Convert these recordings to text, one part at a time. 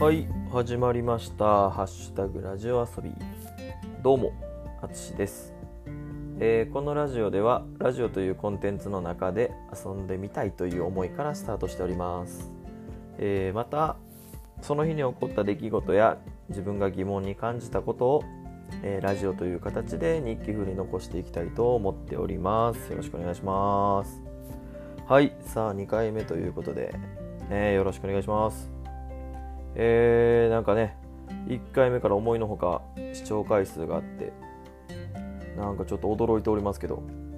はい、始まりました。ハッシュタグラジオ遊び。どうも、あつしです。このラジオでは、ラジオというコンテンツの中で遊んでみたいという思いからスタートしております。また、その日に起こった出来事や自分が疑問に感じたことを、ラジオという形で日記風に残していきたいと思っております。よろしくお願いします。はい、さあ2回目ということで、よろしくお願いします。なんかね、1回目から思いのほか視聴回数があって、なんかちょっと驚いておりますけど、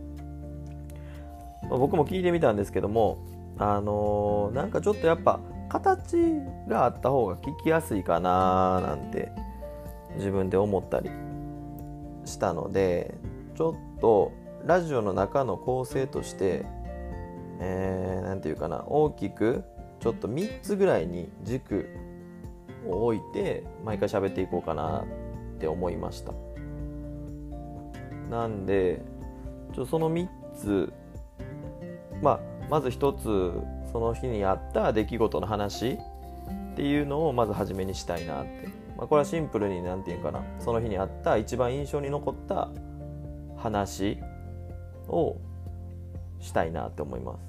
僕も聞いてみたんですけども、なんかちょっとやっぱ形があった方が聞きやすいかななんて自分で思ったりしたので、ちょっとラジオの中の構成として、なんていうかな、大きくちょっと3つぐらいに軸を置いて毎回喋っていこうかなって思いました。なんでその3つ、まず1つその日にあった出来事の話っていうのをまず初めにしたいなって、これはシンプルになんていうかな、その日にあった一番印象に残った話をしたいなって思います。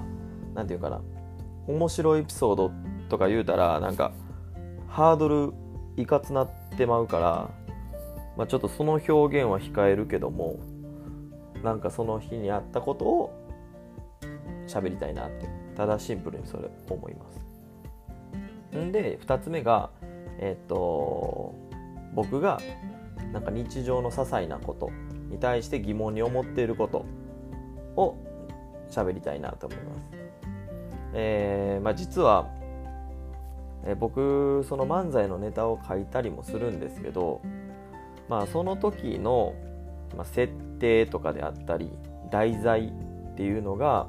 なんていうかな、面白いエピソードとか言うたらなんかハードルいかつなってまうから、ちょっとその表現は控えるけども、なんかその日にあったことを喋りたいなって、ただシンプルにそれ思います。んで2つ目が僕がなんか日常の些細なことに対して疑問に思っていることを喋りたいなと思います。実は僕その漫才のネタを書いたりもするんですけど、その時の設定とかであったり題材っていうのが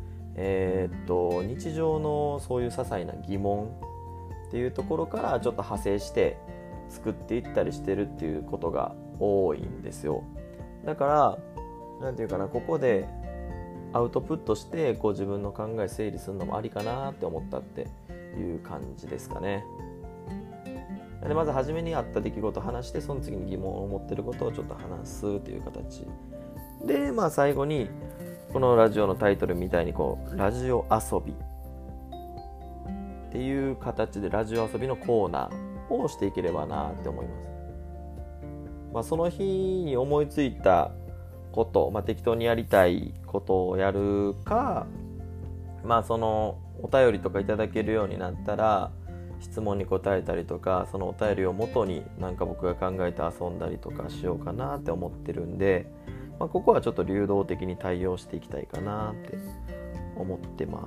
日常のそういう些細な疑問っていうところからちょっと派生して作っていったりしてるっていうことが多いんですよ。だからなんていうかな、ここでアウトプットしてこう自分の考え整理するのもありかなって思ったっていう感じですかね。でまず初めにあった出来事を話して、その次に疑問を持っていることをちょっと話すという形で、最後にこのラジオのタイトルみたいにこうラジオ遊びっていう形でラジオ遊びのコーナーをしていければなって思います。その日に思いついたこと、適当にやりたいことをやるか、そのお便りとかいただけるようになったら質問に答えたりとか、そのお便りを元になんか僕が考えて遊んだりとかしようかなって思ってるんで、ここはちょっと流動的に対応していきたいかなって思ってます。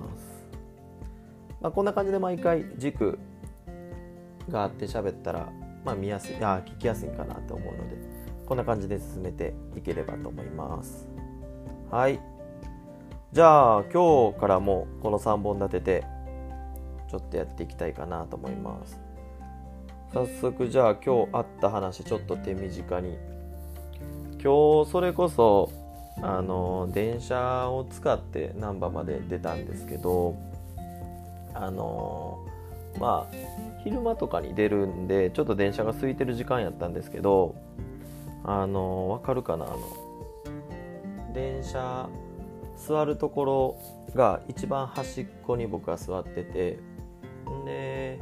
こんな感じで毎回軸があって喋ったら、見やすい、聞きやすいかなと思うので、こんな感じで進めていければと思います。はい。じゃあ今日からもこの3本立ててちょっとやっていきたいかなと思います。早速じゃあ今日あった話ちょっと手短に。今日それこそ電車を使って難波まで出たんですけど、昼間とかに出るんでちょっと電車が空いてる時間やったんですけど、わかるかな、電車座るところが一番端っこに僕は座ってて、で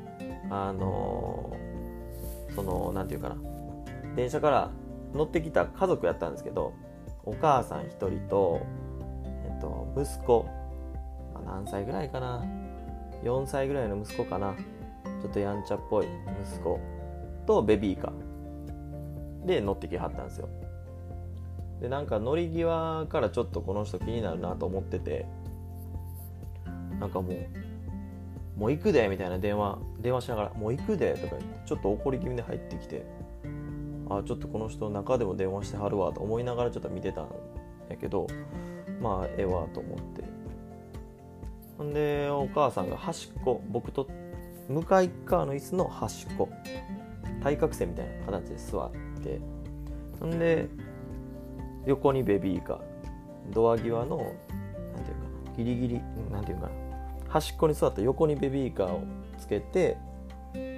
そのなんていうかな、電車から乗ってきた家族やったんですけど、お母さん一人と、息子、何歳ぐらいかな、4歳ぐらいの息子かな、ちょっとやんちゃっぽい息子とベビーカーで乗ってきはったんですよ。でなんか乗り際からちょっとこの人気になるなと思ってて、なんかもう行くでみたいな電話しながら、もう行くでとか言ってちょっと怒り気味で入ってきて、ちょっとこの人中でも電話してはるわと思いながらちょっと見てたんやけど、ええわと思って、ほんでお母さんが端っこ、僕と向かい側の椅子の端っこ、対角線みたいな形で座って、ほんで横にベビーカー、ドア際のなんていうかギリギリなんていうかな、端っこに座った横にベビーカーをつけて、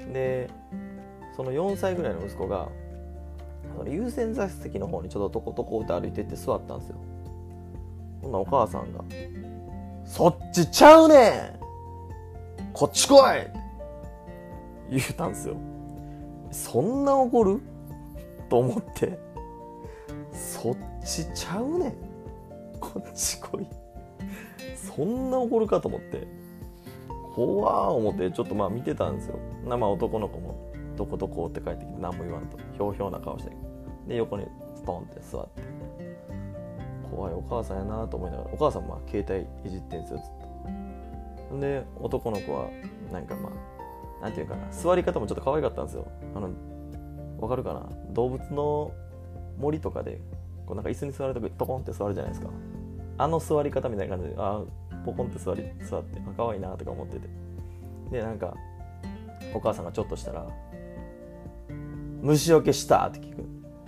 でその4歳ぐらいの息子が優先座席の方にちょっとトコトコって歩いてって座ったんですよ。ほんならお母さんがそっちちゃうねんこっち来いって言ったんですよ。そんな怒ると思って、そっちちゃうねんこっち来い、そんな怒るかと思って、怖ー思ってちょっと見てたんですよ。男の子もどこどこって帰ってきて何も言わんとひょうひょうな顔して、で横にストンって座って、怖いお母さんやなと思いながら、お母さんも携帯いじってんですよずっと。で男の子はなんていうかな、座り方もちょっと可愛かったんですよ。わかるかな、動物の森とかでこう椅子に座るときトコンって座るじゃないですか。座り方みたいな感じでポコンって座って可愛いなとか思ってて、でお母さんがちょっとしたら虫除けしたって聞く。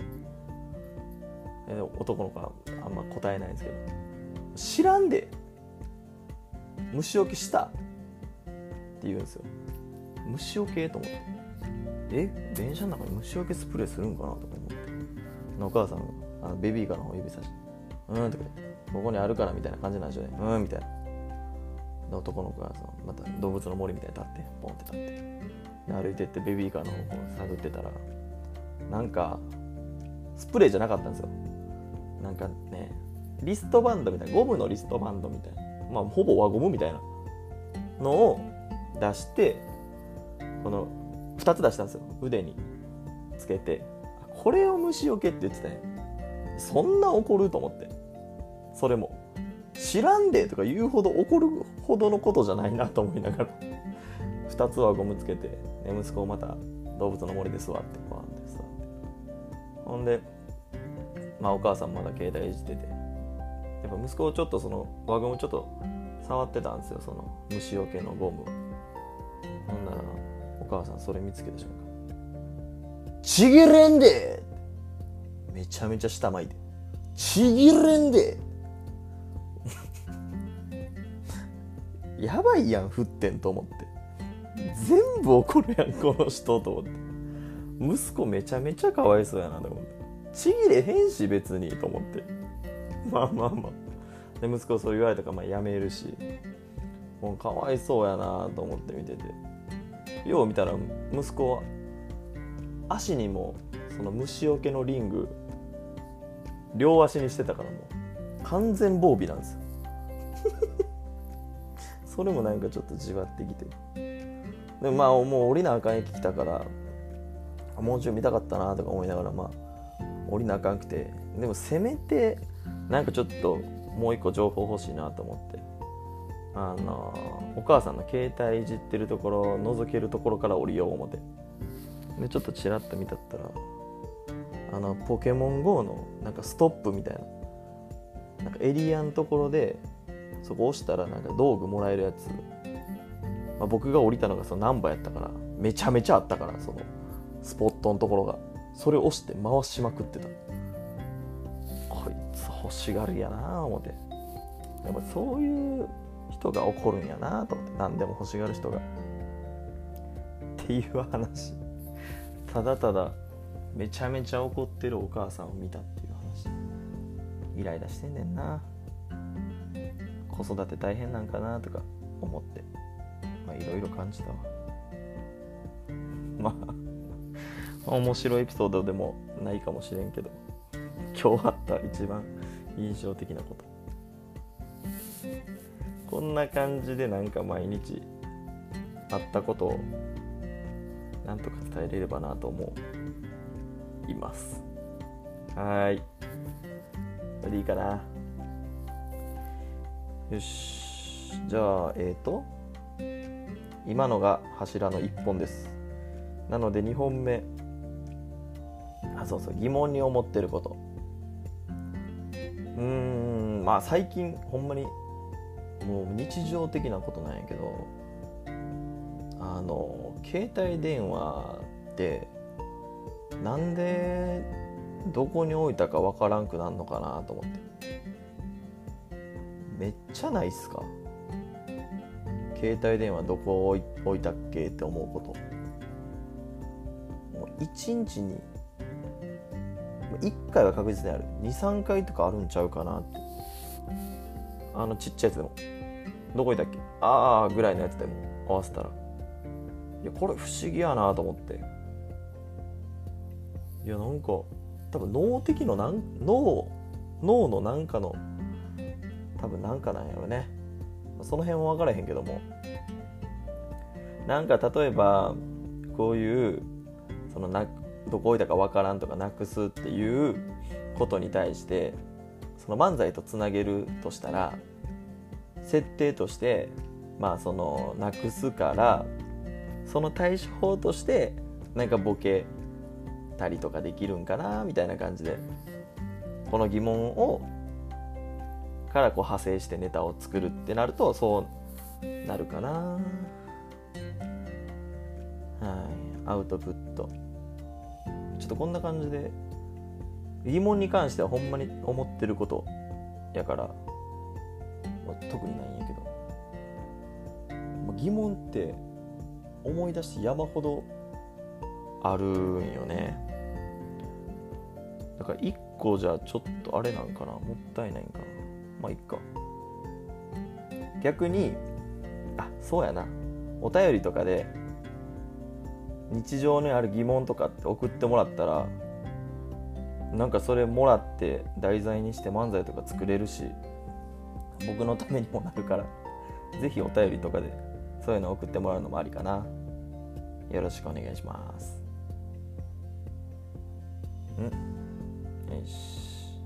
男の子はあんま答えないんですけど、知らんで虫除けしたって言うんですよ。虫除けと思って、電車の中に虫除けスプレーするんかなとか思って、お母さんがベビーカーの方指さしてとかここにあるからみたいな感じなんでしょうね。みたいな。で男の子がまた動物の森みたいに立ってポンって立って歩いてってベビーカーの方を探ってたら、スプレーじゃなかったんですよ。リストバンドみたいな、ゴムのリストバンドみたいな、ほぼ輪ゴムみたいなのを出して、この2つ出したんですよ。腕につけて、これを虫除けって言ってたね。そんな怒ると思って、それも知らんでとか言うほど怒るほどのことじゃないなと思いながら2つはゴムつけて、息子をまた動物の森で座ってバーンって座って、ほんでお母さんまだ携帯いじってて、やっぱ息子をちょっとその輪ゴムちょっと触ってたんですよ、その虫除けのゴムを。ほんならお母さんそれ見つけた瞬間、ちぎれんでめちゃめちゃ下巻いて、ちぎれんでやばいやん降ってんと思って、全部怒るやんこの人と思って、息子めちゃめちゃかわいそうやなと思って、ちぎれへんし別にと思って、で息子そう言われたからやめるし、もうかわいそうやなと思って見てて、よう見たら息子は足にもその虫除けのリング両足にしてたから、もう完全防備なんですよそれもちょっとじわってきて、でももう降りなあかん駅来たからもうちょい見たかったなとか思いながら降りなあかんくて、でもせめてちょっともう一個情報欲しいなと思って、お母さんの携帯いじってるところ覗けるところから降りよう思って、でちょっとチラッと見たったらポケモン GO のストップみたいなエリアのところで、そこ押したら道具もらえるやつ、僕が降りたのがそのナンバーやったからめちゃめちゃあったから、そのスポットのところが、それを押して回しまくってた。こいつ欲しがるやな思って、やっぱそういう人が怒るんやなと思って、何でも欲しがる人がっていう話。ただただめちゃめちゃ怒ってるお母さんを見たっていう話。イライラしてんねんな。子育て大変なんかなとか思って、いろいろ感じたわ。面白いエピソードでもないかもしれんけど、今日あった一番印象的なこと、こんな感じで毎日あったことをなんとか伝えれればなと思います。はい、これでいいかな。よし、じゃあ今のが柱の1本です。なので2本目、疑問に思ってること。最近ほんまにもう日常的なことなんやけど、携帯電話ってなんでどこに置いたかわからんくなるのかなと思って。めっちゃないっすか？携帯電話どこ置いたっけって思うこと。 1日に1回は確実にある、 2,3 回とかあるんちゃうかなって。ちっちゃいやつでもどこいたっけぐらいのやつでも合わせたら、いやこれ不思議やなと思って、いやなんか多分脳のなんかの多分なんかなんやろね。その辺は分からへんけども、なんか例えばこういうそのどこ置いたか分からんとかなくすっていうことに対してその漫才とつなげるとしたら、設定としてそのなくすからその対処法としてなんかボケたりとかできるんかなみたいな感じで、この疑問をからこう派生してネタを作るってなるとそうなるかな。はい、アウトプットちょっとこんな感じで、疑問に関してはほんまに思ってることやから、特にないんやけど、疑問って思い出して山ほどあるんよね。だから1個じゃちょっとあれなんかな、もったいないんかな。まあいっか。逆にそうやな、お便りとかで日常にある疑問とかって送ってもらったら、なんかそれもらって題材にして漫才とか作れるし、僕のためにもなるから、ぜひお便りとかでそういうの送ってもらうのもありかな。よろしくお願いします。よし、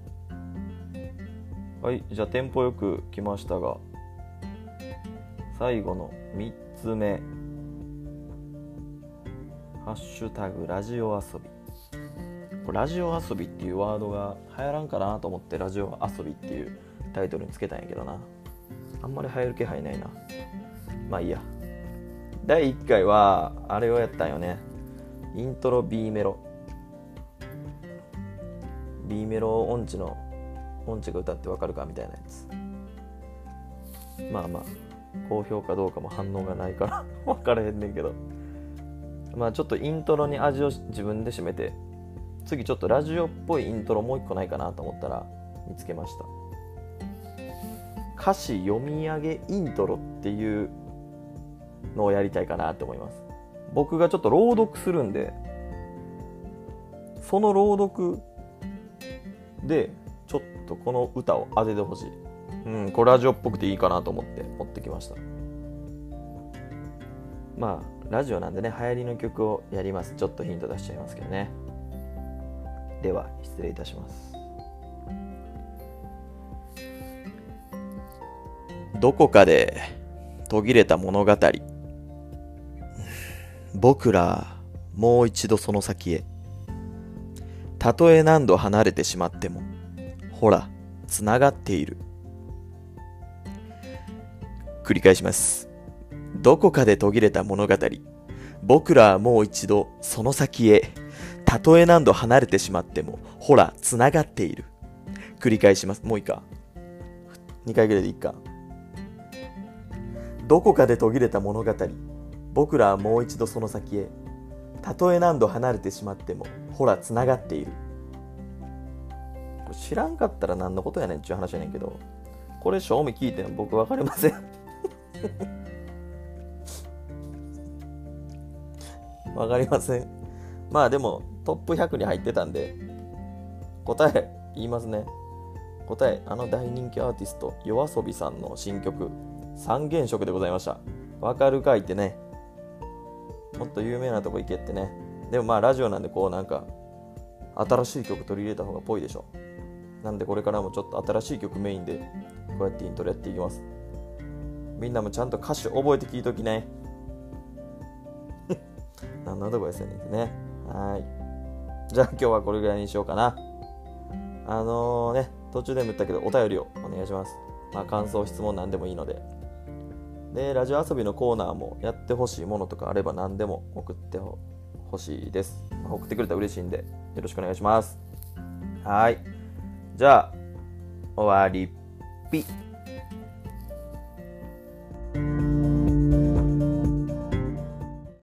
はい、じゃあテンポよく来ましたが、最後の3つ目、ハッシュタグラジオ遊び。これラジオ遊びっていうワードが流行らんかなと思ってラジオ遊びっていうタイトルにつけたんやけどな、あんまり流行る気配ないな。まあいいや。第1回はあれをやったんよね。イントロ B メロ音痴が歌ってわかるかみたいなやつ。まあ好評かどうかも反応がないから分からへんねんけど、ちょっとイントロに味を自分で占めて、次ちょっとラジオっぽいイントロもう一個ないかなと思ったら見つけました。歌詞読み上げイントロっていうのをやりたいかなと思います。僕がちょっと朗読するんで、その朗読でちょっとこの歌を当ててほしい。これラジオっぽくていいかなと思って持ってきました。ラジオなんでね、流行りの曲をやります。ちょっとヒント出しちゃいますけどね。では失礼いたします。どこかで途切れた物語、僕らもう一度その先へ。たとえ何度離れてしまっても、ほらつながっている。繰り返します。どこかで途切れた物語、僕らはもう一度その先へ。たとえ何度離れてしまっても、ほらつながっている。繰り返します。もういいか、2回ぐらいでいいか。どこかで途切れた物語、僕らはもう一度その先へ。たとえ何度離れてしまっても、ほらつながっている。これ知らんかったら何のことやねんっていう話やねんけど、これ正味聞いても僕分かりません分かりません。でもトップ100に入ってたんで、答え言いますね。答え、大人気アーティストYOASOBIさんの新曲三原色でございました。わかるかいってね、もっと有名なとこ行けってね。でもラジオなんでこうなんか新しい曲取り入れた方がぽいでしょ。なんでこれからもちょっと新しい曲メインでこうやってイントロやっていきます。みんなもちゃんと歌詞覚えて聞いときね何のアドバイスやねんってね。はい、じゃあ今日はこれぐらいにしようかな。途中でも言ったけどお便りをお願いします。感想質問なんでもいいので。でラジオ遊びのコーナーもやってほしいものとかあれば何でも送ってほしいです。送ってくれたら嬉しいんでよろしくお願いします。はい、じゃあ終わりっぴ。